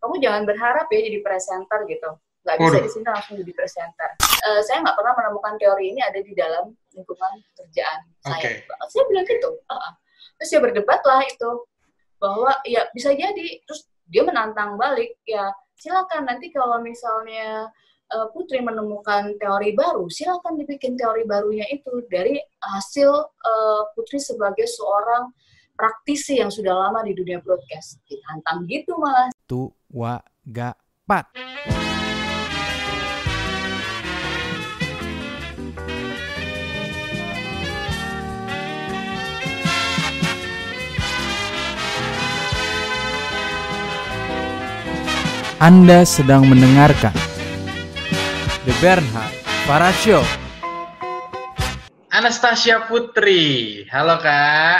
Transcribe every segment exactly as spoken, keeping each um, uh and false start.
kamu jangan berharap ya jadi presenter gitu. Nggak bisa di sini langsung jadi presenter. Uh, saya nggak pernah menemukan teori ini ada di dalam lingkungan kerjaan saya. Okay. Saya bilang gitu. Uh-uh. Terus ya berdebat lah itu bahwa ya bisa jadi. Terus dia menantang balik ya silakan nanti kalau misalnya uh, Putri menemukan teori baru, silakan dibikin teori barunya itu dari hasil uh, Putri sebagai seorang praktisi yang sudah lama di dunia broadcast. Ditantang gitu malah. Tua gapat. Anda sedang mendengarkan The Bernhard Farah Show. Anastasia Putri, halo Kak.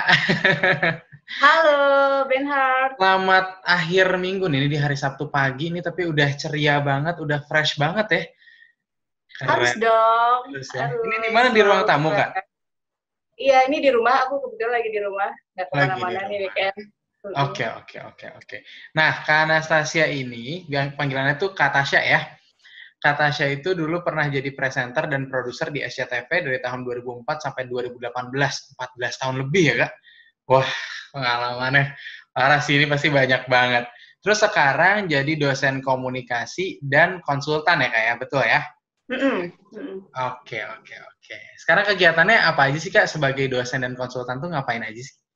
Halo Bernhard. Selamat akhir minggu nih, ini di hari Sabtu pagi nih, tapi udah ceria banget, udah fresh banget ya. Keren. Harus dong. Harus ya. Harus. Ini di mana, di ruang tamu Kak? Iya, ini di rumah. Aku kebetulan lagi di rumah. Nggak kemana-mana nih weekend. Oke, oke, oke, oke. Nah, Kak Anastasia ini, yang panggilannya tuh Kak Tasya ya. Kak Tasya itu dulu pernah jadi presenter dan produser di S C T V dari tahun dua ribu empat sampai dua ribu delapan belas. empat belas tahun lebih ya, Kak? Wah, pengalamannya parah sih, ini pasti banyak banget. Terus sekarang jadi dosen komunikasi dan konsultan ya, Kak ya? Betul ya? Mm-mm. Oke, oke, oke. Sekarang kegiatannya apa aja sih, Kak? Sebagai dosen dan konsultan tuh ngapain aja sih?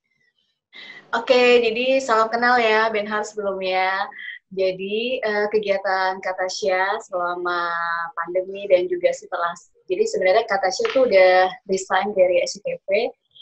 Oke, jadi salam kenal ya Bernhard sebelumnya. Jadi uh, kegiatan Kak Tasya selama pandemi dan juga setelah, jadi sebenarnya Kak Tasya itu udah resign dari S C T V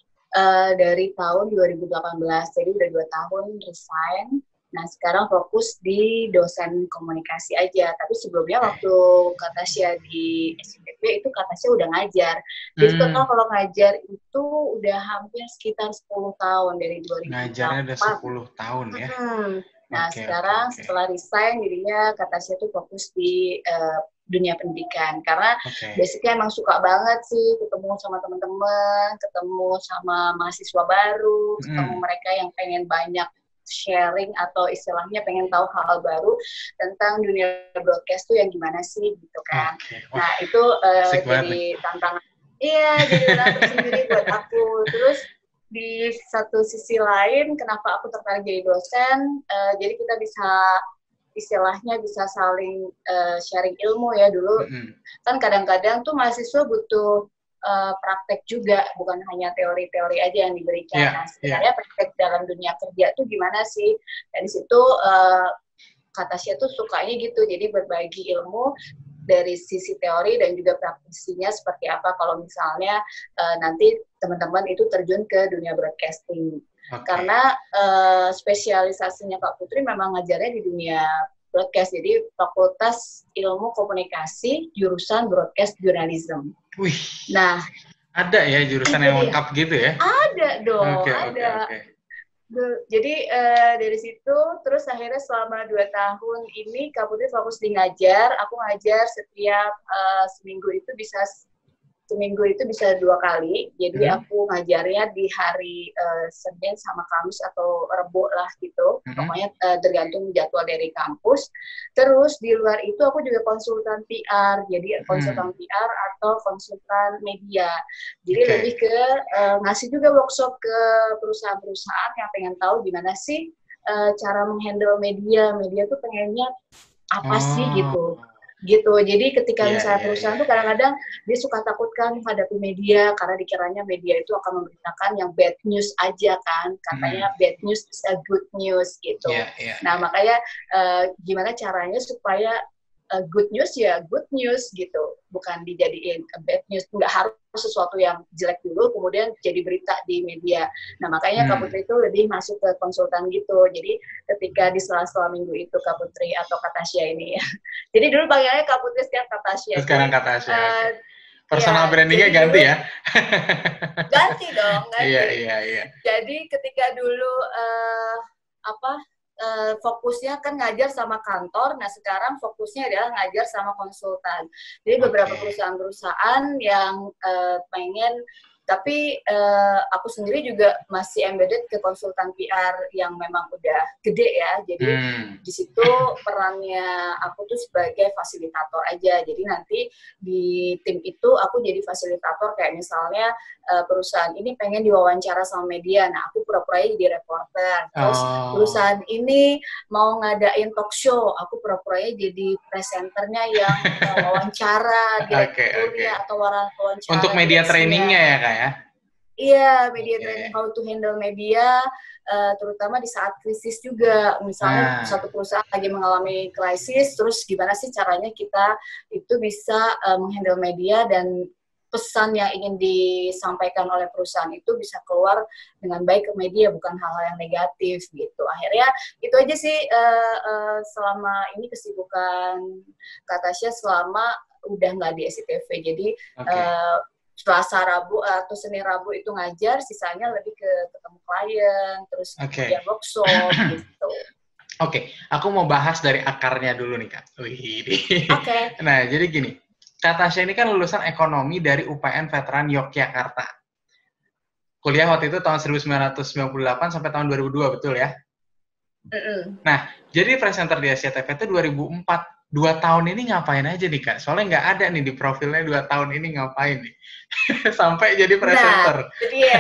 uh, dari tahun dua ribu delapan belas, jadi udah dua tahun resign. Nah sekarang fokus di dosen komunikasi aja, tapi sebelumnya waktu Kak Tasya di S C T V itu Kak Tasya udah ngajar. Jadi hmm. total kalau ngajar itu udah hampir sekitar sepuluh tahun dari dua ribu delapan. Ngajarnya udah sepuluh tahun ya? Hmm. Nah okay, sekarang okay, okay. setelah resign jadinya Kak Tasya tuh fokus di uh, dunia pendidikan. Karena okay. basicnya emang suka banget sih ketemu sama teman-teman, ketemu sama mahasiswa baru, hmm. ketemu mereka yang pengen banyak sharing atau istilahnya pengen tahu hal-hal baru tentang dunia broadcast tuh yang gimana sih gitu kan. Okay. Nah itu uh, jadi tantangan. Iya, jadi tantangan tersendiri buat aku. Terus di satu sisi lain, kenapa aku tertarik jadi dosen? Uh, jadi kita bisa istilahnya bisa saling uh, sharing ilmu ya dulu. Mm-hmm. Kan kadang-kadang tuh mahasiswa butuh Uh, praktek juga, bukan hanya teori-teori aja yang diberikan. Yeah, nah, sebenarnya yeah. praktek dalam dunia kerja tuh gimana sih? Dan di situ uh, Kak Tasya tuh sukanya gitu, jadi berbagi ilmu dari sisi teori dan juga praktisinya seperti apa kalau misalnya uh, nanti teman-teman itu terjun ke dunia broadcasting. Okay. Karena uh, spesialisasinya Kak Putri memang ngajarnya di dunia broadcast, jadi Fakultas Ilmu Komunikasi, jurusan Broadcast Journalism. Wih, nah, ada ya jurusan yang lengkap gitu ya? Ada dong, okay, ada. Okay, okay. Jadi uh, dari situ, terus akhirnya selama dua tahun ini Kak Putri fokus di ngajar. Aku ngajar setiap uh, seminggu itu bisa seminggu itu bisa dua kali. Jadi hmm. aku ngajarnya di hari uh, Senin sama Kamis atau Rebo lah gitu. Hmm. Pokoknya uh, tergantung jadwal dari kampus. Terus di luar itu aku juga konsultan P R. Jadi konsultan hmm. P R atau konsultan media. Jadi okay. lebih ke uh, ngasih juga workshop ke perusahaan-perusahaan yang pengen tahu gimana sih uh, cara menghandle media. Media tuh pengennya apa oh. sih gitu. gitu. Jadi ketika yeah, misalnya perusahaan yeah, yeah. tuh kadang-kadang dia suka takut kan menghadapi media karena dikiranya media itu akan memberitakan yang bad news aja kan, katanya mm. bad news is a good news gitu. Yeah, yeah, nah yeah. makanya uh, gimana caranya supaya uh, good news ya good news gitu, bukan dijadiin a bad news, nggak harus sesuatu yang jelek dulu kemudian jadi berita di media. Nah makanya hmm. Kak Putri itu lebih masuk ke konsultan gitu. Jadi ketika di sela-sela minggu itu Kak Putri atau Kak Tasya ini ya. Jadi dulu panggilannya Kak Putri, sekarang Kak Tasya. Sekarang Kak Tasya. Uh, Personal ya, brandingnya ganti dulu, ya? Ganti dong, ganti. Iya, iya, iya. Jadi ketika dulu uh, apa Uh, fokusnya kan ngajar sama kantor, nah sekarang fokusnya adalah ngajar sama konsultan. Jadi beberapa okay. perusahaan-perusahaan yang uh, pengen Tapi uh, aku sendiri juga masih embedded ke konsultan P R yang memang udah gede ya. Jadi hmm. di situ perannya aku tuh sebagai fasilitator aja. Jadi nanti di tim itu aku jadi fasilitator, kayak misalnya uh, perusahaan ini pengen diwawancara sama media. Nah, aku pura-pura jadi reporter. Terus oh. perusahaan ini mau ngadain talk show, aku pura-pura jadi presenternya yang uh, wawancara direkturnya okay, okay. atau wawancara. Untuk media trainingnya ya Kak ya? Iya, media okay. training, how to handle media, uh, terutama di saat krisis juga. Misalnya ah. satu perusahaan lagi mengalami krisis, terus gimana sih caranya kita itu bisa uh, menghandle media dan pesan yang ingin disampaikan oleh perusahaan itu bisa keluar dengan baik ke media, bukan hal-hal yang negatif gitu. Akhirnya itu aja sih uh, uh, selama ini kesibukan Kak Tasya selama udah nggak di S C T V. Jadi okay. uh, Selasa, Rabu, atau Senin, Rabu itu ngajar, sisanya lebih ke ketemu klien, terus okay. kemudian workshop, gitu. Oke, okay. Aku mau bahas dari akarnya dulu nih, Kak. Wih. Oke. Okay. Nah, jadi gini, Kak Tasya ini kan lulusan ekonomi dari U P N Veteran Yogyakarta. Kuliah waktu itu tahun seribu sembilan ratus sembilan puluh delapan sampai tahun dua ribu dua, betul ya? Mm-mm. Nah, jadi presenter di S C T V itu dua ribu empat. Dua tahun ini ngapain aja nih Kak? Soalnya nggak ada nih di profilnya dua tahun ini ngapain nih? Sampai jadi presenter. Nah, jadi ya.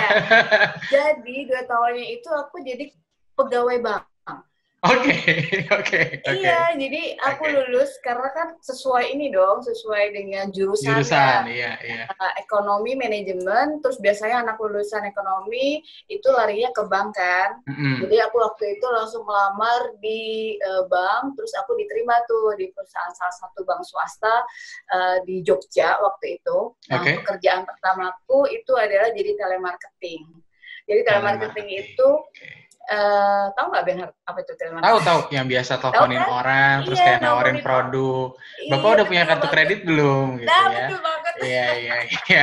Jadi dua tahunnya itu aku jadi pegawai bank. Oke, oke, oke. Iya, jadi aku okay. lulus karena kan sesuai ini dong, sesuai dengan jurusannya. Jurusan, iya, iya. Uh, ekonomi, manajemen, terus biasanya anak lulusan ekonomi itu larinya ke bank kan. Mm-hmm. Jadi aku waktu itu langsung melamar di uh, bank, terus aku diterima tuh di perusahaan salah satu bank swasta uh, di Jogja waktu itu. Nah, okay. pekerjaan pertamaku itu adalah jadi telemarketing. Jadi telemarketing itu Uh, tahu nggak Ben apa itu telemarketing? Tahu tahu, yang biasa teleponin kan? Orang, terus iya, kayak nawarin produk. Bapak iya, udah punya kartu banget. Kredit belum? Gitu nah, ya? betul banget. Iya iya iya.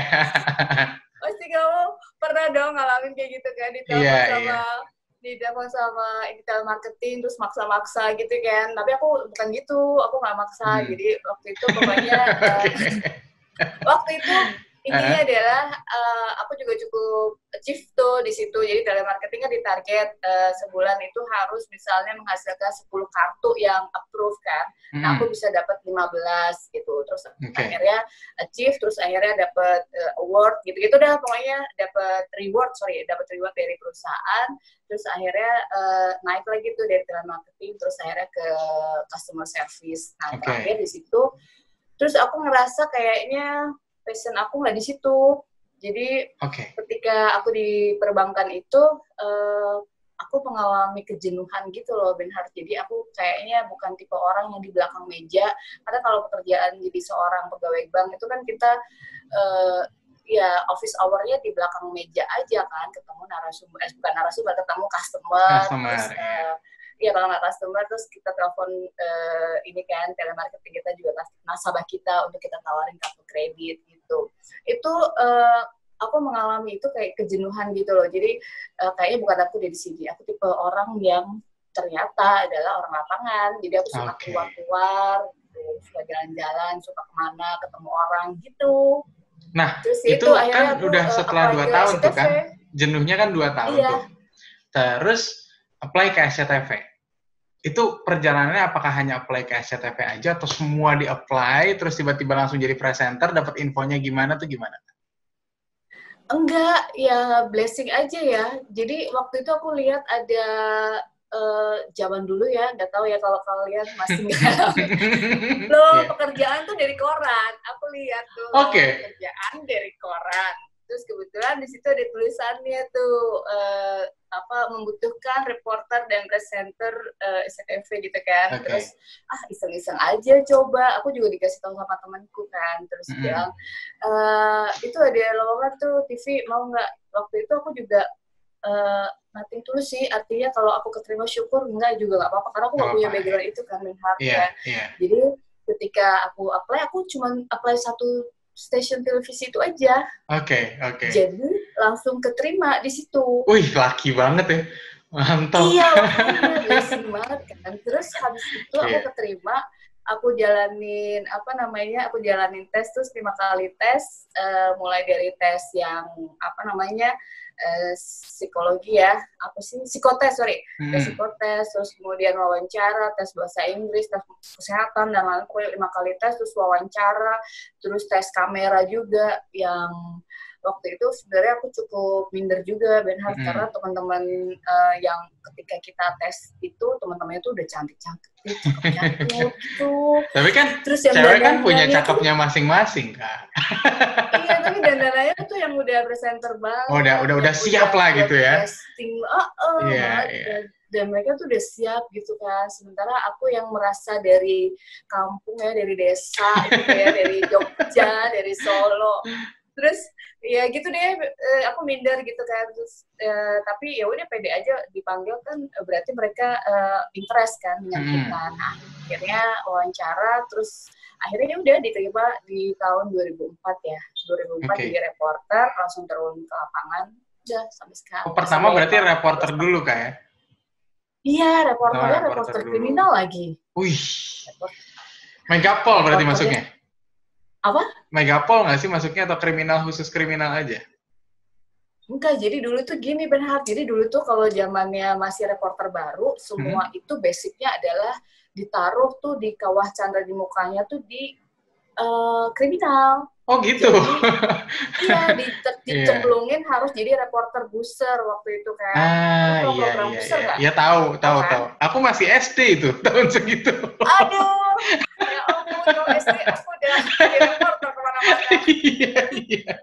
Pasti kamu pernah dong ngalamin kayak gitu kan di telepon yeah, sama yeah. di telepon sama di telemarketing terus maksa-maksa gitu kan? Tapi aku bukan gitu, aku nggak maksa. Hmm. Jadi waktu itu pokoknya uh, waktu itu intinya uh-huh. adalah uh, aku juga cukup achieve tuh di situ. Jadi telemarketing kan ditarget uh, sebulan itu harus misalnya menghasilkan sepuluh kartu yang approve kan. Hmm. Nah, aku bisa dapat lima belas gitu. Terus okay. akhirnya achieve, terus akhirnya dapat uh, award gitu-gitu dah, pokoknya dapat reward, sorry, dapat reward dari perusahaan. Terus akhirnya uh, naik lagi tuh dari telemarketing, terus akhirnya ke customer service. Nah, okay. terakhir di situ terus aku ngerasa kayaknya passion aku nggak di situ. Jadi okay. ketika aku di perbankan itu, uh, aku mengalami kejenuhan gitu loh, Benhard. Jadi aku kayaknya bukan tipe orang yang di belakang meja. Karena kalau pekerjaan jadi seorang pegawai bank itu kan kita, uh, ya office hour-nya di belakang meja aja kan, ketemu narasumber, eh, bukan narasumber, ketemu customer. Customer, terus, uh, ya kalau nggak customer, terus kita telepon uh, ini kan, telemarketing kita juga nasabah kita untuk kita tawarin kartu kredit gitu. Itu uh, aku mengalami itu kayak kejenuhan gitu loh. Jadi uh, kayaknya bukan aku di sini. Aku tipe orang yang ternyata adalah orang lapangan. Jadi aku suka okay. keluar-keluar, gitu, suka jalan-jalan, suka kemana, ketemu orang gitu. Nah, terus itu, itu kan aku, udah setelah dua tahun tuh kan, jenuhnya kan dua tahun iya. tuh. Terus apply ke S C T V. Itu perjalanannya apakah hanya apply ke S C T V aja atau semua di-apply terus tiba-tiba langsung jadi presenter, dapat infonya gimana tuh gimana? Enggak, ya blessing aja ya. Jadi waktu itu aku lihat ada uh, zaman dulu ya, nggak tahu ya kalau kalian masih loh yeah. pekerjaan tuh dari koran. Aku lihat tuh okay. pekerjaan dari koran. Terus kebetulan di situ ada tulisannya tuh uh, apa membutuhkan reporter dan presenter uh, S C T V gitu kan. Okay. Terus ah iseng-iseng aja coba. Aku juga dikasih tahu sama temanku kan. Terus mm-hmm. bilang uh, itu ada lowongan tuh T V mau nggak? Waktu itu aku juga uh, nothing tulus sih. Artinya kalau aku keterima syukur, enggak juga nggak apa-apa karena aku nggak oh, punya background itu kan Benhard yeah, ya. Yeah. Jadi ketika aku apply, aku cuma apply satu stasiun televisi itu aja. Oke, okay, oke. Okay. Jadi langsung keterima di situ. Wih, laki banget ya. Mantap. Iya, makanya blessing banget kan. Terus habis itu yeah. aku keterima, aku jalanin apa namanya aku jalanin tes terus lima kali tes uh, mulai dari tes yang apa namanya uh, psikologi ya apa sih psikotes sorry hmm. tes psikotes terus kemudian wawancara tes bahasa Inggris tes kesehatan dan lain pokoknya lima kali tes terus wawancara terus tes kamera juga yang waktu itu sebenarnya aku cukup minder juga Benhard hmm. karena teman-teman uh, yang ketika kita tes itu teman-temannya tuh udah cantik-cantik, cakep-cakep gitu. Tapi kan terus yang cewek kan punya cakepnya tuh, masing-masing Kak. Iya, tapi dandananya tuh yang udah presenter banget. Oh, udah udah udah siap udah, lah gitu ya. Casting, oh, oh yeah, yeah. Dan mereka tuh udah siap gitu kan. Sementara aku yang merasa dari kampung ya, dari desa gitu ya, dari Jogja, dari Solo. Terus ya gitu deh, aku minder gitu kan. Terus eh, tapi ya udah pede aja dipanggil kan berarti mereka eh, interest kan dengan hmm. kita. Nah, akhirnya wawancara terus akhirnya udah diterima di tahun dua ribu empat ya. dua ribu empat okay. Jadi reporter langsung turun ke lapangan udah sampai sekarang. Oh, pertama berarti reporter dulu Kak ya? Iya, reporternya oh, reporter, reporter kriminal lagi. Wih. Megapol berarti masuknya? Apa? Megapol nggak sih masuknya atau kriminal khusus kriminal aja? Enggak, jadi dulu tuh gini Benhard, jadi dulu tuh kalau zamannya masih reporter baru, semua hmm. itu basicnya adalah ditaruh tuh di kawah candra di mukanya tuh di uh, kriminal. Oh gitu? Jadi, iya, dicemplungin yeah. harus jadi reporter buser waktu itu kan. Ah itu iya iya iya. Gak? Ya tahu tahu oh, tahu. Kan? Aku masih S D itu tahun segitu. Aduh, ya ampun kalau S D aku udah jadi reporter kemana-mana. Iya iya.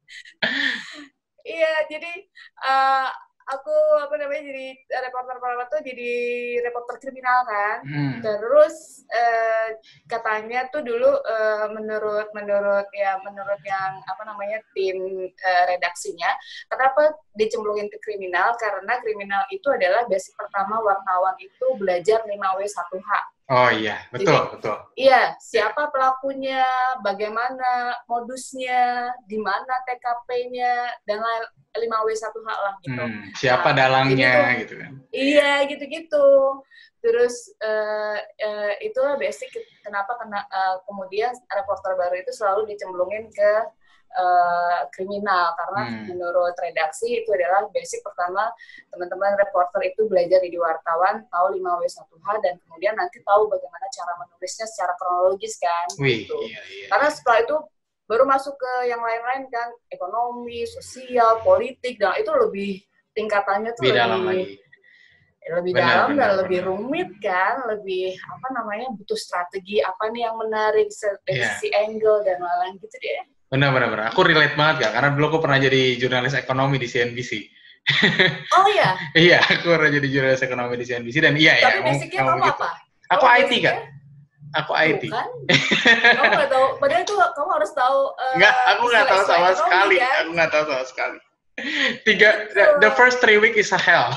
Iya jadi uh, aku apa namanya jadi reporter pertama tuh jadi reporter kriminal kan. Hmm. Terus uh, katanya tuh dulu uh, menurut menurut ya menurut yang apa namanya tim uh, redaksinya kenapa dicemplungin ke kriminal karena kriminal itu adalah basic pertama wartawan itu belajar lima W satu H. Oh iya, betul, jadi, betul. Iya, siapa pelakunya, bagaimana modusnya, di mana T K P-nya, dan lain lima W satu H lah gitu. Hmm, siapa nah, dalangnya gitu, gitu kan. Iya, gitu-gitu. Terus uh, uh, itulah basic kenapa kena, uh, kemudian reporter baru itu selalu dicemplungin ke uh, kriminal karena hmm. menurut redaksi itu adalah basic pertama teman-teman reporter itu belajar jadi wartawan tahu lima W satu H dan kemudian nanti tahu bagaimana cara menulisnya secara kronologis kan. Wih, gitu. Iya, iya. Karena setelah itu baru masuk ke yang lain-lain kan ekonomi, sosial, politik dan itu lebih tingkatannya tuh lebih lebih dalam lagi. lebih benar, dalam benar, dan benar. Lebih rumit kan, lebih apa namanya butuh strategi apa nih yang menarik dari yeah. si angle dan lain-lain gitu deh. Benar, benar, benar. Aku relate banget Kak, karena dulu aku pernah jadi jurnalis ekonomi di C N B C. Oh iya? Iya, aku pernah jadi jurnalis ekonomi di C N B C dan iya ya. Tapi basicnya kamu, kamu apa? Aku I T Kak. Aku I T. Bukan? Kamu nggak tahu, padahal itu kamu harus tahu. Uh, nggak, aku nggak tahu sama sekali. Kan? Aku nggak tahu sama sekali. Tiga, the, the first three week is a hell.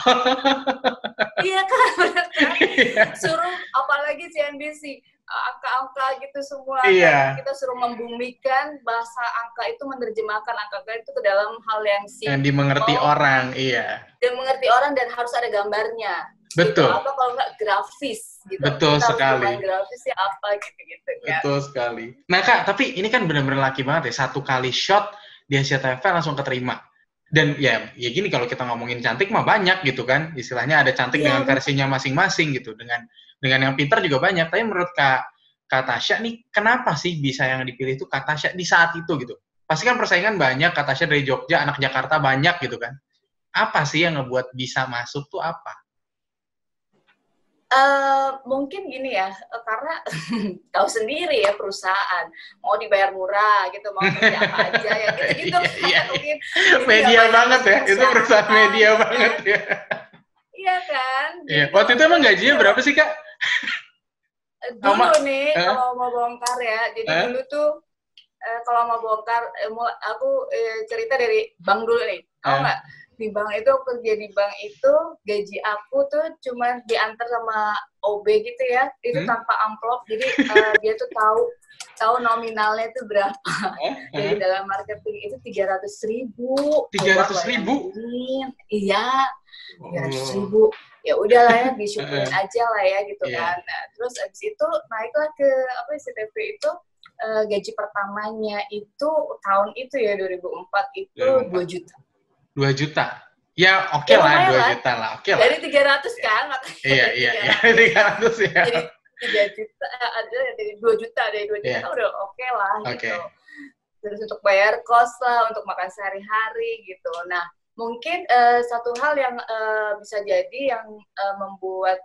Iya kan, benar kan? Suruh, apalagi C N B C. Angka-angka gitu semua iya. Kita suruh membumikan bahasa angka itu menerjemahkan angka itu ke dalam hal yang simple yang dimengerti orang, iya. Dan mengerti orang dan harus ada gambarnya. Betul. Gitu. Apa kalau nggak grafis gitu. Betul kita sekali. Grafisnya apa gitu-gitu ya. Betul sekali. Nah Kak, tapi ini kan benar-benar laki banget ya. Satu kali shot di S C T V langsung keterima. Dan ya, ya gini kalau kita ngomongin cantik mah banyak gitu kan. Istilahnya ada cantik ya, dengan versinya masing-masing gitu. Dengan dengan yang pintar juga banyak. Tapi menurut Kak, Kak Tasya nih, kenapa sih bisa yang dipilih itu Kak Tasya di saat itu gitu? Pasti kan persaingan banyak, Kak Tasya dari Jogja, anak Jakarta banyak gitu kan. Apa sih yang ngebuat bisa masuk tuh apa? Uh, mungkin gini ya, uh, karena tahu sendiri ya perusahaan mau dibayar murah gitu, mau kerja apa aja ya gitu-gitu. Iya, iya. Media banget ya, itu perusahaan media kan? Banget ya. Iya kan? Iya. Gitu. Waktu itu emang gajinya berapa sih Kak? Dulu Ama, nih eh? kalau mau bongkar ya, jadi eh? dulu tuh eh, kalau mau bongkar, eh, mau, aku eh, cerita dari bank dulu nih, tau nggak? Eh? Di bank itu, aku kerja di bank itu, gaji aku tuh cuma diantar sama O B gitu ya, itu hmm? tanpa amplop, jadi uh, dia tuh tahu tahu nominalnya itu berapa. Eh? Jadi eh? dalam marketing itu tiga ratus ribu. tiga ratus ribu? Iya, tiga ratus ribu. ya udahlah ya disyukurin aja lah ya gitu yeah. kan. Nah, terus abis itu naiklah ke apa S C T V itu uh, gaji pertamanya itu tahun itu ya dua ribu empat itu dua juta. dua juta. Ya oke okay ya, lah dua juta lah. Oke okay lah. Dari tiga ratus kan makanya. Iya iya iya tiga ratus ya. Jadi tiga juta ada dari dua juta dari dua juta yeah. udah oke okay lah okay. gitu. Terus untuk bayar kos lah, untuk makan sehari-hari gitu. Nah, mungkin uh, satu hal yang uh, bisa jadi yang uh, membuat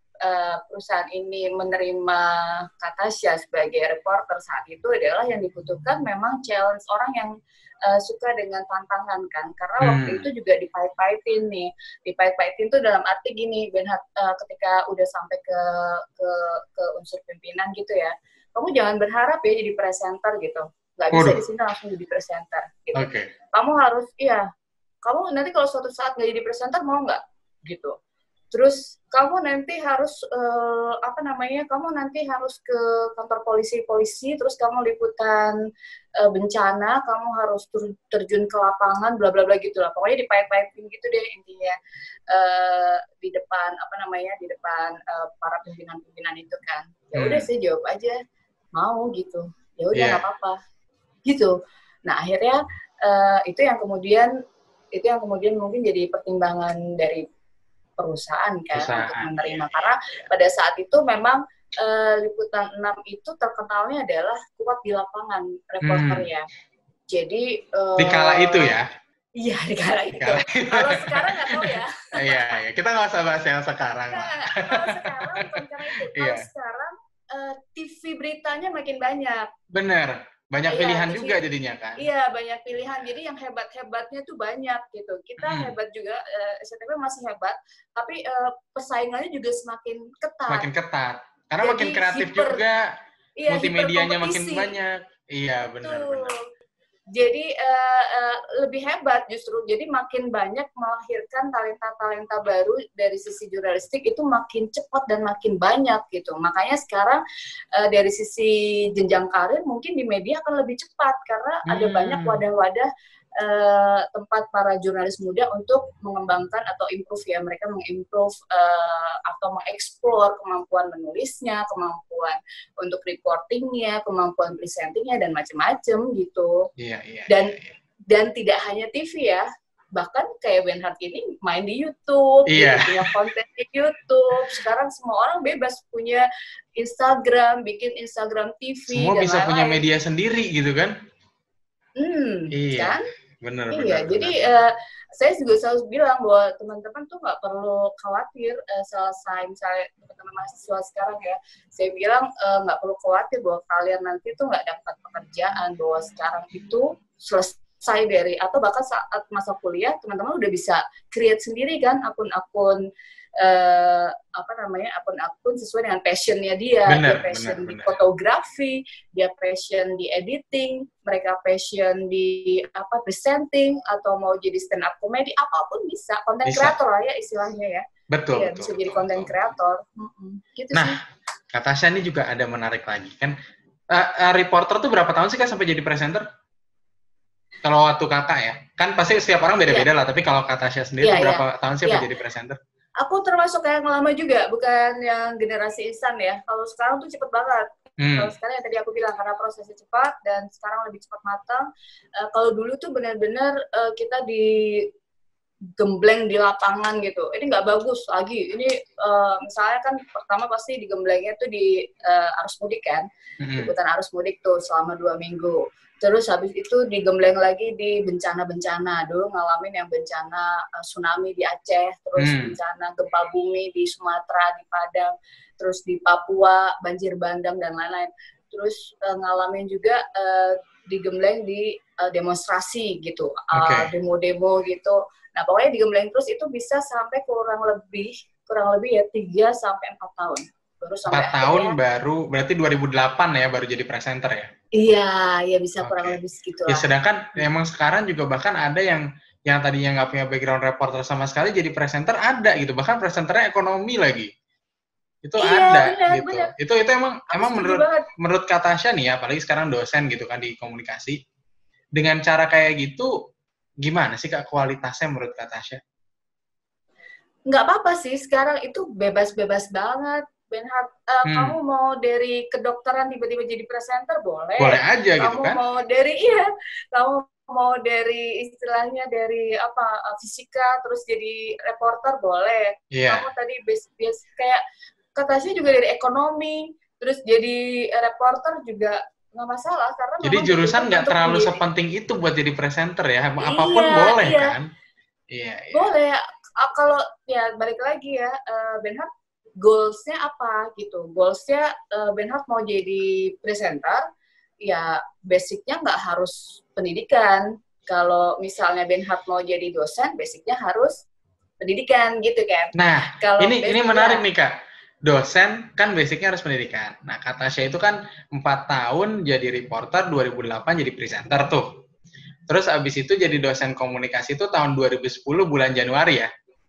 uh, perusahaan ini menerima Katasha sebagai reporter saat itu adalah yang dibutuhkan memang challenge orang yang uh, suka dengan tantangan kan. Karena hmm. waktu itu juga dipait-paitin nih. Dipait-paitin tuh dalam arti gini, Benhat, uh, ketika udah sampai ke, ke, ke unsur pimpinan gitu ya, kamu jangan berharap ya jadi presenter gitu. Nggak bisa di sini langsung jadi presenter gitu. Okay. Kamu harus, iya, kamu nanti kalau suatu saat nggak jadi presenter mau nggak gitu. Terus kamu nanti harus uh, apa namanya? Kamu nanti harus ke kantor polisi-polisi, terus kamu liputan uh, bencana, kamu harus tur- terjun ke lapangan, bla bla bla gitu lah. Pokoknya dipait-paitin gitu deh intinya uh, di depan apa namanya? Di depan uh, para pimpinan-pimpinan itu kan. Ya udah hmm. sih jawab aja mau gitu. Ya udah nggak yeah. apa-apa. Gitu. Nah akhirnya uh, itu yang kemudian itu yang kemudian mungkin jadi pertimbangan dari perusahaan kan perusahaan. Untuk menerima karena pada saat itu memang uh, liputan enam itu terkenalnya adalah kuat di lapangan reporternya. Hmm. Jadi uh, di kala itu ya. Iya di kala itu. Kalau sekarang nggak tahu ya. Iya iya kita nggak usah bahas yang sekarang. Nah, kalau sekarang bukan karena itu. Kalau yeah. sekarang uh, T V beritanya makin banyak. Bener. Banyak iya, pilihan T V, juga jadinya kan? Iya, banyak pilihan. Jadi yang hebat-hebatnya tuh banyak gitu. Kita hmm. hebat juga, uh, S C T V masih hebat, tapi uh, persaingannya juga semakin ketat. Semakin ketat. Karena jadi, makin kreatif hiper, juga, iya, multimedianya makin banyak. Iya, benar-benar. Jadi uh, uh, lebih hebat justru. Jadi makin banyak melahirkan talenta-talenta baru dari sisi jurnalistik itu makin cepat dan makin banyak gitu. Makanya sekarang uh, dari sisi jenjang karir mungkin di media akan lebih cepat karena hmm. ada banyak wadah-wadah uh, tempat para jurnalis muda untuk mengembangkan atau improve ya. Mereka mengimprove uh, atau mengeksplor kemampuan menulisnya, kemampuan untuk reportingnya, kemampuan presentingnya dan macam-macam gitu. Iya, iya, dan iya, iya. dan tidak hanya T V ya, bahkan kayak Benhat ini main di YouTube, iya. gitu, punya konten di YouTube. Sekarang semua orang bebas punya Instagram, bikin Instagram T V. Semua dan bisa lain-lain. Punya media sendiri gitu kan? Hmm, iya. Kan? Benar, iya, benar, jadi benar. Uh, saya juga selalu bilang bahwa teman-teman tuh nggak perlu khawatir uh, selesai misalnya teman-teman mahasiswa sekarang ya, saya bilang nggak uh, perlu khawatir bahwa kalian nanti tuh nggak dapat pekerjaan, bahwa sekarang itu selesai dari atau bahkan saat masa kuliah teman-teman udah bisa create sendiri kan akun-akun Uh, apa namanya akun-akun sesuai dengan passionnya dia, bener, dia passion bener, di bener. fotografi, dia passion di editing, mereka passion di apa presenting atau mau jadi stand up comedy apapun bisa, konten kreator lah ya istilahnya ya. Betul. Ya, betul bisa betul, jadi konten kreator. Gitu nah, sih. Katasha ini juga ada menarik lagi kan. Uh, uh, reporter tuh berapa tahun sih Kak sampai jadi presenter? Kalau waktu kakak ya, kan pasti setiap orang beda-beda yeah. lah. Tapi kalau Katasha sendiri yeah, berapa yeah. tahun sih yeah. jadi presenter? Aku termasuk yang lama juga, bukan yang generasi instan ya. Kalau sekarang tuh cepet banget. Hmm. Kalau sekarang yang tadi aku bilang karena prosesnya cepat dan sekarang lebih cepat matang. Uh, kalau dulu tuh benar-benar uh, kita digembleng di lapangan gitu. Ini nggak bagus lagi. Ini uh, misalnya kan pertama pasti digemblengnya tuh di uh, arus mudik kan, hmm. liputan arus mudik tuh selama dua minggu. Terus habis itu digembleng lagi di bencana-bencana. Dulu ngalamin yang bencana uh, tsunami di Aceh, terus hmm. bencana gempa bumi di Sumatera, di Padang, terus di Papua, banjir bandang, dan lain-lain. Terus uh, ngalamin juga uh, digembleng di uh, demonstrasi gitu, uh, okay. demo-demo gitu. Nah pokoknya digembleng terus itu bisa sampai kurang lebih, kurang lebih ya tiga sampai empat tahun. Baru sampai empat tahun baru, berarti dua ribu delapan ya baru jadi presenter ya? Iya, ya bisa kurang okay. lebih segitu lah. Ya sedangkan hmm. emang sekarang juga bahkan ada yang yang tadinya nggak punya background reporter sama sekali jadi presenter ada gitu, bahkan presenternya ekonomi lagi. Itu iya, ada bener, gitu. Bener. Itu itu emang Aku emang menurut banget. menurut Katasha nih ya, apalagi sekarang dosen gitu kan di komunikasi. Dengan cara kayak gitu gimana sih Kak kualitasnya menurut Katasha? nggak apa-apa sih, sekarang itu bebas-bebas banget. Benhard, uh, Hmm. kamu mau dari kedokteran tiba-tiba jadi presenter boleh. Boleh aja kamu gitu kan? mau dari iya, kamu mau dari istilahnya dari apa uh, fisika terus jadi reporter boleh. Iya. Kamu tadi basic basic kayak katanya juga dari ekonomi terus jadi reporter juga nggak masalah karena Jadi memang jurusan nggak terlalu menjadi, sepenting itu buat jadi presenter ya, apapun iya, boleh iya. kan? Iya, iya. Boleh. Uh, kalau ya balik lagi ya, uh, Benhard goals-nya apa gitu. Goals-nya uh, Benhard mau jadi presenter, ya basicnya nggak harus pendidikan. Kalau misalnya Benhard mau jadi dosen, basicnya harus pendidikan gitu kan. Nah, kalau ini basic, ini menarik ya. nih Kak. Dosen kan basicnya harus pendidikan. Nah, kata Tasya itu kan empat tahun jadi reporter, dua ribu delapan jadi presenter tuh. Terus abis itu jadi dosen komunikasi itu tahun dua ribu sepuluh bulan Januari ya.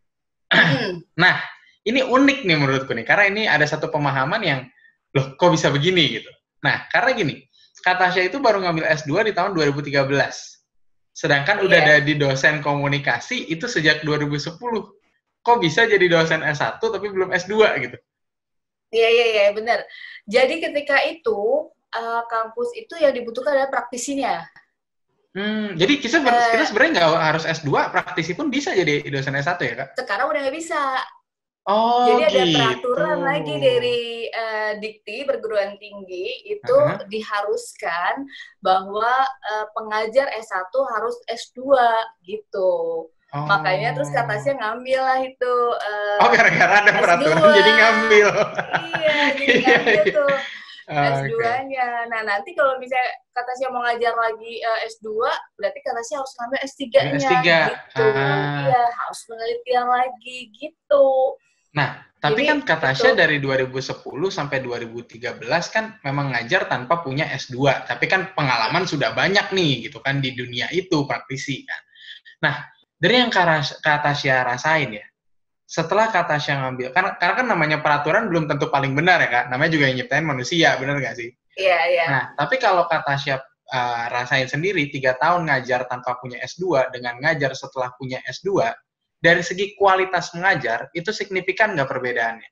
Nah, ini unik nih menurutku nih, karena ini ada satu pemahaman yang, loh kok bisa begini gitu. Nah, karena gini, Kak Tasya itu baru ngambil S dua di tahun dua ribu tiga belas. Sedangkan yeah. udah ada di dosen komunikasi itu sejak dua ribu sepuluh. Kok bisa jadi dosen S satu tapi belum S dua gitu? Iya, iya, iya, benar. Jadi ketika itu, uh, kampus itu yang dibutuhkan adalah praktisinya. Hmm, jadi kita, uh, kita sebenarnya nggak harus S dua, praktisi pun bisa jadi dosen S satu ya, Kak? Sekarang udah nggak bisa. Oh, jadi ada gitu. peraturan lagi dari uh, Dikti perguruan tinggi itu uh-huh. diharuskan bahwa uh, pengajar S satu harus S dua gitu. Oh. Makanya terus Kak Tasya ngambil lah itu. Uh, oh, gara-gara ada peraturan S dua. Jadi ngambil. Iya, jadi ngambil tuh S dua-nya. Okay. Nah, nanti kalau misalnya Kak Tasya mau ngajar lagi uh, S dua, berarti Kak Tasya harus ngambil S tiga-nya. S tiga. Gitu. Ah. Iya, harus penelitian lagi gitu. Nah, tapi jadi, kan Kak Tasya dari dua ribu sepuluh sampai dua ribu tiga belas kan memang ngajar tanpa punya S dua. Tapi kan pengalaman sudah banyak nih gitu kan di dunia itu, praktisi kan. Nah, dari yang Kak Tasya rasain ya, setelah Kak Tasya ngambil, karena, karena kan namanya peraturan belum tentu paling benar ya Kak, namanya juga yang nyiptain manusia, benar nggak sih? Iya, iya. Nah, tapi kalau Kak Tasya uh, rasain sendiri, tiga tahun ngajar tanpa punya S dua, dengan ngajar setelah punya S dua, dari segi kualitas mengajar, itu signifikan nggak perbedaannya?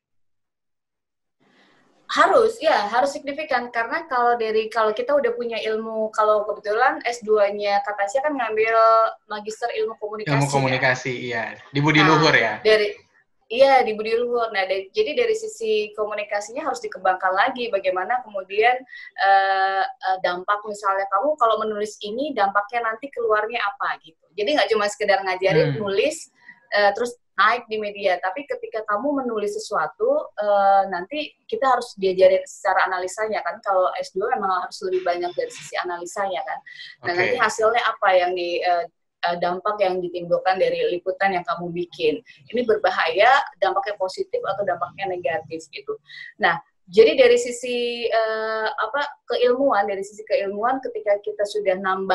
Harus, ya harus signifikan. Karena kalau dari kalau kita udah punya ilmu, kalau kebetulan S dua-nya Kak Tasya kan ngambil magister ilmu komunikasi. Ilmu komunikasi, ya? Iya. Di Budi Luhur nah, ya? Dari, iya, di Budi Luhur. Nah, dari, jadi dari sisi komunikasinya harus dikembangkan lagi. Bagaimana kemudian uh, uh, dampak misalnya kamu kalau menulis ini, dampaknya nanti keluarnya apa gitu. Jadi nggak cuma sekedar ngajarin, hmm. nulis, Uh, terus naik di media, tapi ketika kamu menulis sesuatu, uh, nanti kita harus diajarin secara analisanya kan, kalau S dua memang harus lebih banyak dari sisi analisanya kan, nah okay. nanti hasilnya apa yang di, uh, uh, dampak yang ditimbulkan dari liputan yang kamu bikin, ini berbahaya, dampaknya positif atau dampaknya negatif gitu. Nah, jadi dari sisi uh, apa keilmuan, dari sisi keilmuan ketika kita sudah nambah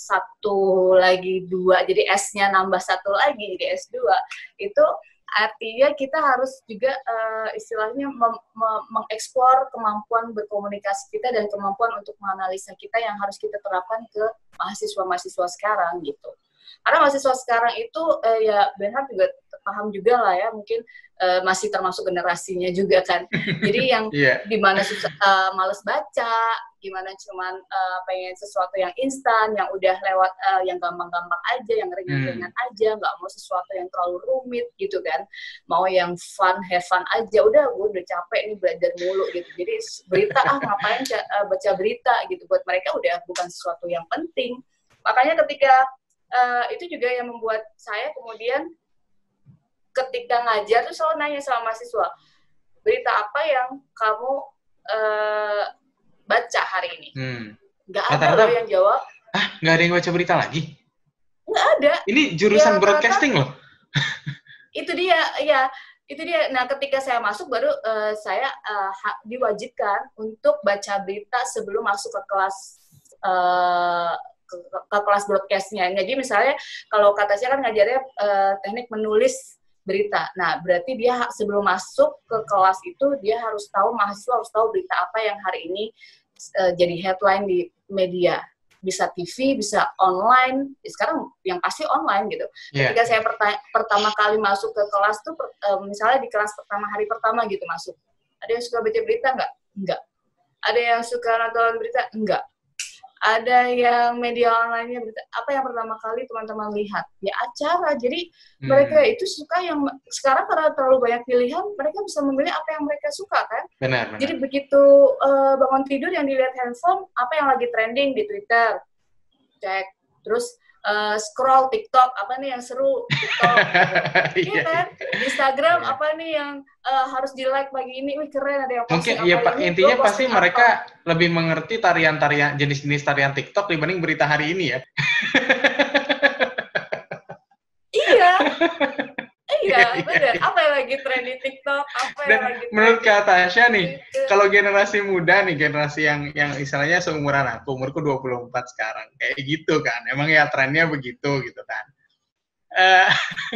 satu lagi dua, jadi S-nya nambah satu lagi jadi S dua, itu artinya kita harus juga uh, istilahnya mem- mem- mengeksplor kemampuan berkomunikasi kita dan kemampuan untuk menganalisa kita yang harus kita terapkan ke mahasiswa-mahasiswa sekarang gitu. Karena mahasiswa sekarang itu uh, ya Benhard juga paham juga lah ya, mungkin uh, masih termasuk generasinya juga kan. Jadi yang yeah. dimana susah, uh, males baca, gimana cuman uh, pengen sesuatu yang instan, yang udah lewat, uh, yang gampang-gampang aja, yang ringan-ringan hmm. aja, nggak mau sesuatu yang terlalu rumit gitu kan. Mau yang fun, have fun aja, udah gue udah capek nih belajar mulu gitu. Jadi berita, ah ngapain uh, baca berita gitu, buat mereka udah bukan sesuatu yang penting. Makanya ketika uh, itu juga yang membuat saya kemudian ketika ngajar tuh selalu nanya sama mahasiswa, berita apa yang kamu uh, baca hari ini? Hmm. Nggak ada Rata-rata, loh yang jawab. Ah, nggak ada yang baca berita lagi? Nggak ada. Ini jurusan ya, broadcasting loh. Itu dia, ya. Itu dia. Nah, ketika saya masuk baru uh, saya uh, diwajibkan untuk baca berita sebelum masuk ke kelas uh, ke, ke kelas broadcastnya. Jadi misalnya kalau kata saya kan ngajarnya uh, teknik menulis berita. Nah, berarti dia sebelum masuk ke kelas itu dia harus tahu, mahasiswa harus tahu berita apa yang hari ini uh, jadi headline di media. bisa T V, bisa online. Sekarang yang pasti online gitu. Yeah. Ketika saya perta- pertama kali masuk ke kelas tuh, per, uh, misalnya di kelas pertama, hari pertama gitu masuk. Ada yang suka baca berita nggak? Enggak. Ada yang suka nonton berita? Enggak. Ada yang media online-nya berita. Apa yang pertama kali teman-teman lihat? Ya acara. Jadi hmm. mereka itu suka yang, sekarang karena terlalu banyak pilihan, mereka bisa memilih apa yang mereka suka kan? Benar, benar. Jadi begitu uh, bangun tidur yang dilihat handphone, apa yang lagi trending di Twitter, cek. Terus uh, scroll TikTok, apa nih yang seru TikTok, gitu. Iya kan? Di Instagram apa nih yang uh, harus di like pagi ini, wih keren ada yang posting. Mungkin iya Pak, intinya pasti apa. Mereka lebih mengerti tarian-tarian jenis-jenis tarian TikTok dibanding berita hari ini ya. Iya. Iya, benar. Apa yang lagi tren di TikTok? Apa yang Dan lagi tren menurut Kak Tasya nih, gitu. Kalau generasi muda nih, generasi yang yang istilahnya seumuran aku, umurku dua puluh empat sekarang, kayak gitu kan. Emang ya trennya begitu gitu kan. Uh,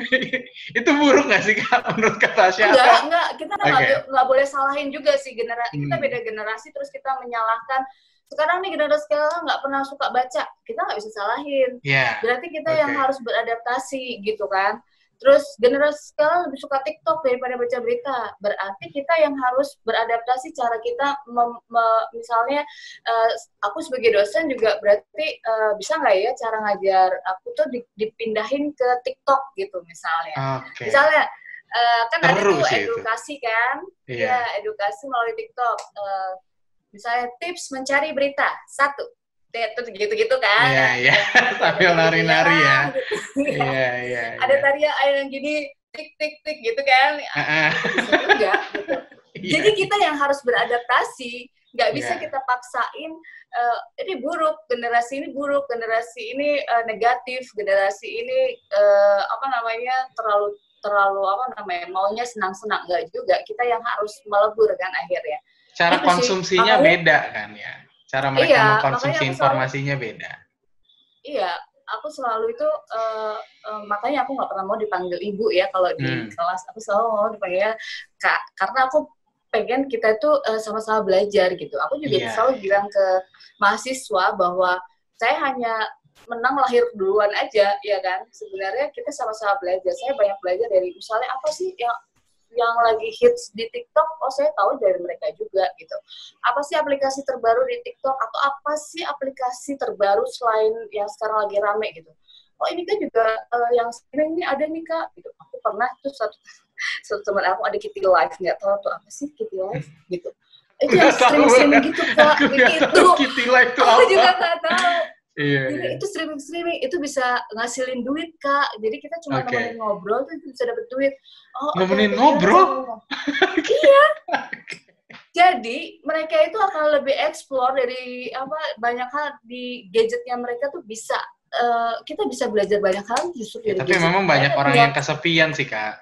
itu buruk nggak sih Kak menurut Kak Tasya? Enggak, enggak. Kita nggak okay. nggak boleh salahin juga sih generasi. Hmm. Kita beda generasi terus kita menyalahkan. Sekarang nih generasi sekarang nggak pernah suka baca, kita nggak bisa salahin. Yeah. Berarti kita okay. yang harus beradaptasi gitu kan. Terus generasi sekarang lebih suka TikTok daripada baca berita. Berarti kita yang harus beradaptasi cara kita, mem, me, misalnya uh, aku sebagai dosen juga berarti uh, bisa nggak ya cara ngajar aku tuh dipindahin ke TikTok gitu misalnya. Okay. Misalnya uh, kan Teru ada tuh edukasi itu. Kan, yeah. ya edukasi melalui TikTok. Uh, misalnya tips mencari berita satu. Gitu-gitu kan. Iya, iya. Sambil nari-nari ya. Iya, iya. Ada tarian yang gini, tik-tik-tik gitu kan. Uh-uh. Bisa juga gitu. Jadi kita yang harus beradaptasi, nggak bisa yeah. kita paksain, uh, ini buruk, generasi ini buruk, generasi ini uh, negatif, generasi ini, uh, apa namanya, terlalu, terlalu apa namanya, maunya senang-senang. Nggak juga, kita yang harus melebur kan akhirnya. Cara itu konsumsinya sih, beda kan ya? Cara mereka iya, mengkonsumsi informasinya selalu, beda. Iya, aku selalu itu, uh, uh, makanya aku nggak pernah mau dipanggil ibu ya kalau di hmm. kelas. Aku selalu mau dipanggil kak, karena aku pengen kita itu uh, sama-sama belajar gitu. Aku juga yeah. selalu bilang ke mahasiswa bahwa saya hanya menang lahir duluan aja, ya kan. Sebenarnya kita sama-sama belajar. Saya banyak belajar dari misalnya apa sih yang yang lagi hits di TikTok, oh saya tahu dari mereka juga gitu. Apa sih aplikasi terbaru di TikTok atau apa sih aplikasi terbaru selain yang sekarang lagi rame gitu. Oh ini kan juga uh, yang streaming ini ada nih Kak gitu. Aku pernah tuh satu satu teman aku ada Kitty Live, nggak tahu tuh apa sih Kitty Live gitu. Itu yang streaming-streaming gitu Kak, itu. Kitty Live tuh aku apa? juga nggak tahu. Iya, jadi iya. itu streaming-streaming itu bisa ngasilin duit Kak. Jadi kita cuma okay. nemenin ngobrol tuh bisa dapet duit. Oh, nemenin okay, ngobrol? Iya. Jadi mereka itu akan lebih explore dari apa banyak hal di gadgetnya mereka tuh bisa uh, kita bisa belajar banyak hal justru ya, dari tapi gadget. Memang banyak orang yang kesepian sih Kak.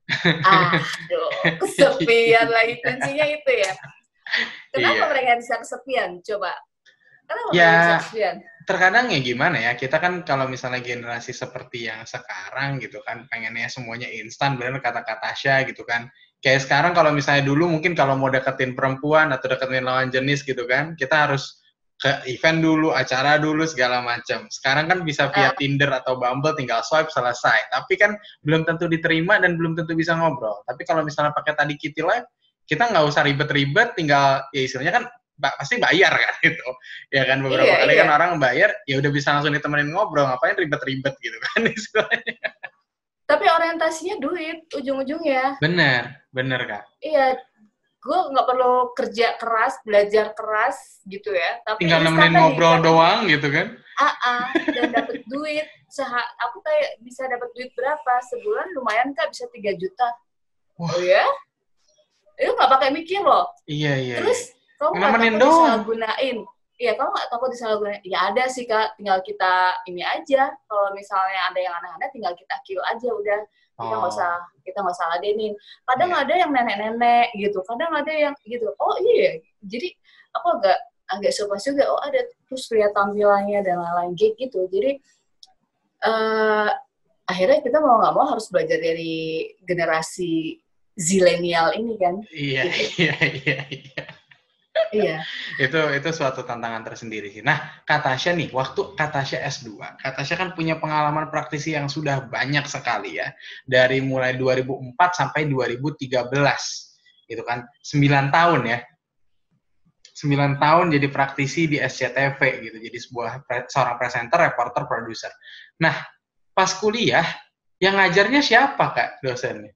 Aduh, kesepian lagi kuncinya itu ya. Kenapa iya. mereka bisa kesepian? Coba. Kenapa ya, mereka bisa kesepian? Terkadang ya gimana ya, kita kan kalau misalnya generasi seperti yang sekarang gitu kan, pengennya semuanya instan, bener kata-kata Tasya gitu kan. Kayak sekarang kalau misalnya dulu mungkin kalau mau deketin perempuan atau deketin lawan jenis gitu kan, kita harus ke event dulu, acara dulu, segala macam. Sekarang kan bisa via uh. Tinder atau Bumble, tinggal swipe, selesai. Tapi kan belum tentu diterima dan belum tentu bisa ngobrol. Tapi kalau misalnya pakai tadi Kitty Live, kita nggak usah ribet-ribet, tinggal, ya istilahnya kan pasti bayar kan gitu. Ya kan beberapa iya, kali iya. kan orang bayar, ya udah bisa langsung ditemenin ngobrol, ngapain ribet-ribet gitu kan istilahnya. Tapi orientasinya duit, ujung-ujungnya. Bener, bener Kak. Iya, gue nggak perlu kerja keras, belajar keras gitu ya. Tapi tinggal nemenin ngobrol kan, doang gitu kan. Ah, dan dapat duit. Seha, aku kayak bisa dapat duit berapa? Sebulan lumayan Kak, bisa tiga juta. Wah. Oh ya? Itu nggak pakai mikir loh. Iya, iya. Terus, iya. kamu nggak takut disalahgunain? Iya, kamu nggak takut disalahgunain? Ya ada sih Kak, tinggal kita ini aja. Kalau misalnya ada yang aneh-aneh, tinggal kita kill aja udah. Kita nggak oh. usah, kita nggak usah ladenin. Kadang yeah. ada yang nenek-nenek gitu, kadang ada yang gitu. Oh iya, jadi aku agak agak surprise juga. Oh ada, terus lihat tampilannya dan lain-lain gitu. Jadi uh, akhirnya kita mau nggak mau harus belajar dari generasi zilenial ini kan. Iya, gitu. iya, iya, iya. Iya. itu itu suatu tantangan tersendiri sih. Nah, Kak Tasya nih, waktu Kak Tasya S dua, Kak Tasya kan punya pengalaman praktisi yang sudah banyak sekali ya. Dari mulai dua ribu empat sampai dua ribu tiga belas. Gitu kan, sembilan tahun ya. sembilan tahun jadi praktisi di S C T V gitu. Jadi sebuah seorang presenter, reporter, produser. Nah, pas kuliah yang ngajarnya siapa Kak dosennya?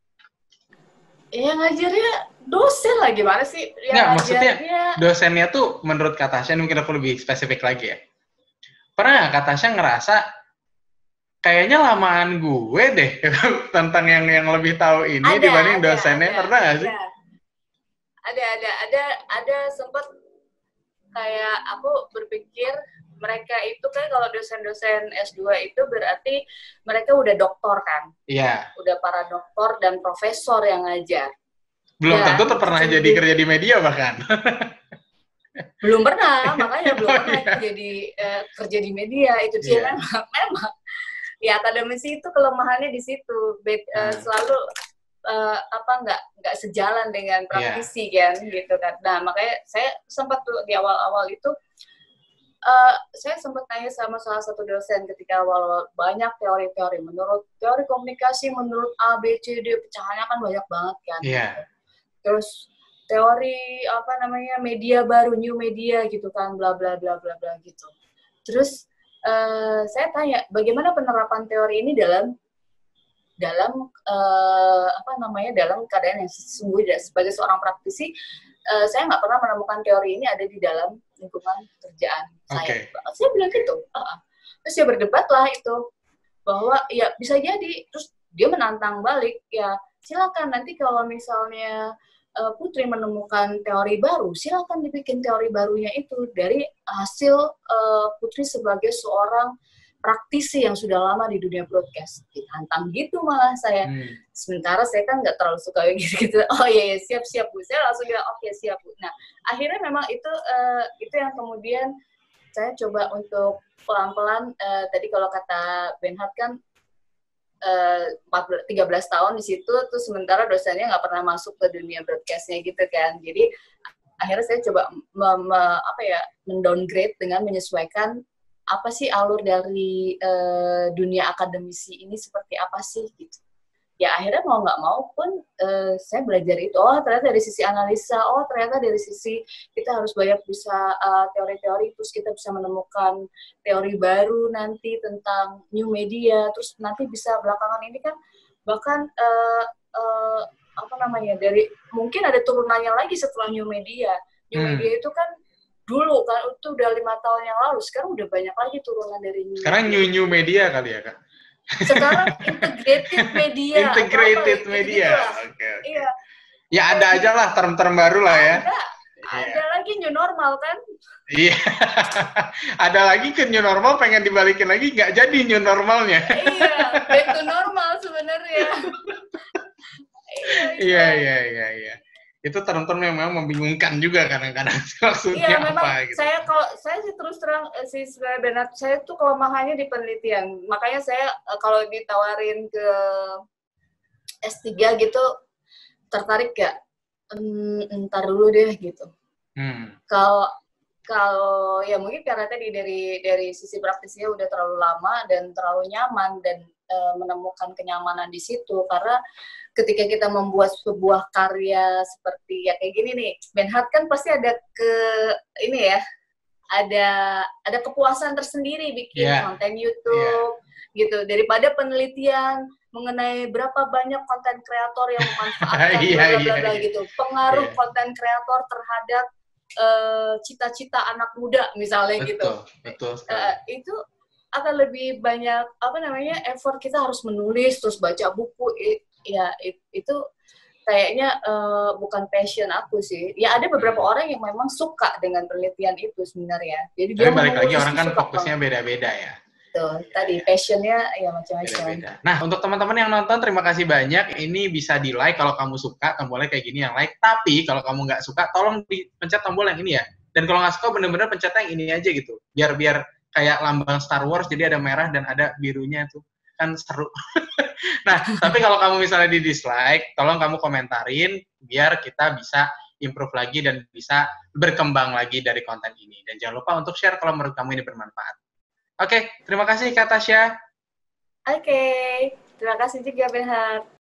Yang ngajarnya dosen lah, gimana sih? Yang Nggak, maksudnya ngajarnya... dosennya tuh menurut Kak Tasya, mungkin aku lebih spesifik lagi ya. Pernah nggak Kak Tasya ngerasa kayaknya lamaan gue deh tentang yang yang lebih tahu ini ada, dibanding ada, dosennya? ada, Pernah nggak sih? ada. Ada, ada, ada, ada sempat kayak aku berpikir mereka itu kan kalau dosen-dosen S dua itu berarti mereka udah doktor kan? Iya. Udah para doktor dan profesor yang ngajar. Belum dan tentu pernah jadi kerja di media bahkan. Belum pernah, makanya belum Oh, pernah iya. jadi uh, kerja di media. Itu dia Iya. memang, memang. Ya akademisi itu kelemahannya di situ. Be- uh, Hmm. selalu uh, apa nggak nggak sejalan dengan praktisi kan gitu kan. Nah makanya saya sempat tuh di awal-awal itu uh, saya sempat tanya sama salah satu dosen ketika awal banyak teori-teori. Menurut teori komunikasi, menurut A, B, C, D pecahannya kan banyak banget kan. Iya. Gitu. Terus teori apa namanya media baru, new media gitu kan, bla bla bla bla bla gitu. Terus uh, saya tanya bagaimana penerapan teori ini dalam dalam uh, apa namanya dalam keadaan yang sesungguhnya sebagai seorang praktisi, uh, saya nggak pernah menemukan teori ini ada di dalam lingkungan kerjaan saya. Okay. Saya bilang gitu. Uh-uh. Terus ya berdebat lah itu bahwa ya bisa jadi. Terus dia menantang balik ya silakan nanti kalau misalnya uh, Putri menemukan teori baru, silakan dibikin teori barunya itu dari hasil uh, Putri sebagai seorang praktisi yang sudah lama di dunia broadcast. Ditantang gitu malah saya. Hmm. Sementara saya kan nggak terlalu suka gitu-gitu. Oh iya, iya siap-siap Bu. Saya langsung bilang oke okay, siap Bu. Nah akhirnya memang itu uh, itu yang kemudian saya coba untuk pelan-pelan. Uh, tadi kalau kata Benhard kan uh, tiga belas tahun di situ, terus sementara dosennya nggak pernah masuk ke dunia broadcastnya gitu kan. Jadi akhirnya saya coba me- me- apa ya mendowngrade dengan menyesuaikan apa sih alur dari uh, dunia akademisi ini seperti apa sih gitu. Ya akhirnya mau nggak mau pun uh, saya belajar itu. Oh ternyata dari sisi analisa, oh ternyata dari sisi kita harus banyak bisa uh, teori-teori, terus kita bisa menemukan teori baru nanti tentang new media, terus nanti bisa belakangan ini kan bahkan uh, uh, apa namanya dari mungkin ada turunannya lagi setelah new media. New hmm. media itu kan dulu kan itu udah lima tahun yang lalu, sekarang udah banyak lagi turunan dari new sekarang media. new new media kali ya Kak? Sekarang integrated media. Integrated apa, media. Oke. Okay, okay. Iya. Ya ada aja lah term-term baru lah ya. Ada. Ada yeah. lagi new normal kan? Iya. Ada lagi ke new normal pengen dibalikin lagi nggak jadi new normalnya. Iya, back to normal sebenarnya. Iya iya iya iya. Itu term-term yang memang membingungkan juga kadang-kadang maksudnya iya, memang apa gitu. Saya kalau saya sih terus terang si Benhard saya tuh kelemahannya di penelitian. Makanya saya kalau ditawarin ke S tiga gitu tertarik gak? Entar dulu deh gitu. Hmm. Kalau kalau ya mungkin karena tadi dari dari sisi praktisnya udah terlalu lama dan terlalu nyaman dan e, menemukan kenyamanan di situ karena ketika kita membuat sebuah karya seperti ya kayak gini nih, Benhard kan pasti ada ke ini ya, ada ada kepuasan tersendiri bikin yeah. konten YouTube yeah. gitu daripada penelitian mengenai berapa banyak konten kreator yang memanfaatkan yeah, bla bla bla yeah, gitu, pengaruh yeah. konten kreator terhadap uh, cita-cita anak muda misalnya betul, gitu, betul. Uh, itu akan lebih banyak apa namanya effort kita harus menulis terus baca buku. Ya itu kayaknya uh, bukan passion aku sih. Ya ada beberapa hmm. orang yang memang suka dengan penelitian itu sebenarnya. Jadi dia balik lagi orang kan fokusnya beda-beda ya. Tuh, ya, tadi ya. Passionnya ya macam-macam. Nah untuk teman-teman yang nonton terima kasih banyak. Ini bisa di like kalau kamu suka tombolnya kayak gini yang like. Tapi kalau kamu nggak suka tolong dipencet tombol yang ini ya. Dan kalau nggak suka bener-bener pencet yang ini aja gitu. Biar biar kayak lambang Star Wars jadi ada merah dan ada birunya tuh. Kan seru. Nah, tapi kalau kamu misalnya di dislike, tolong kamu komentarin biar kita bisa improve lagi dan bisa berkembang lagi dari konten ini. Dan jangan lupa untuk share kalau menurut kamu ini bermanfaat. Oke, terima kasih Kak Tasya. Oke, terima kasih juga Benhard.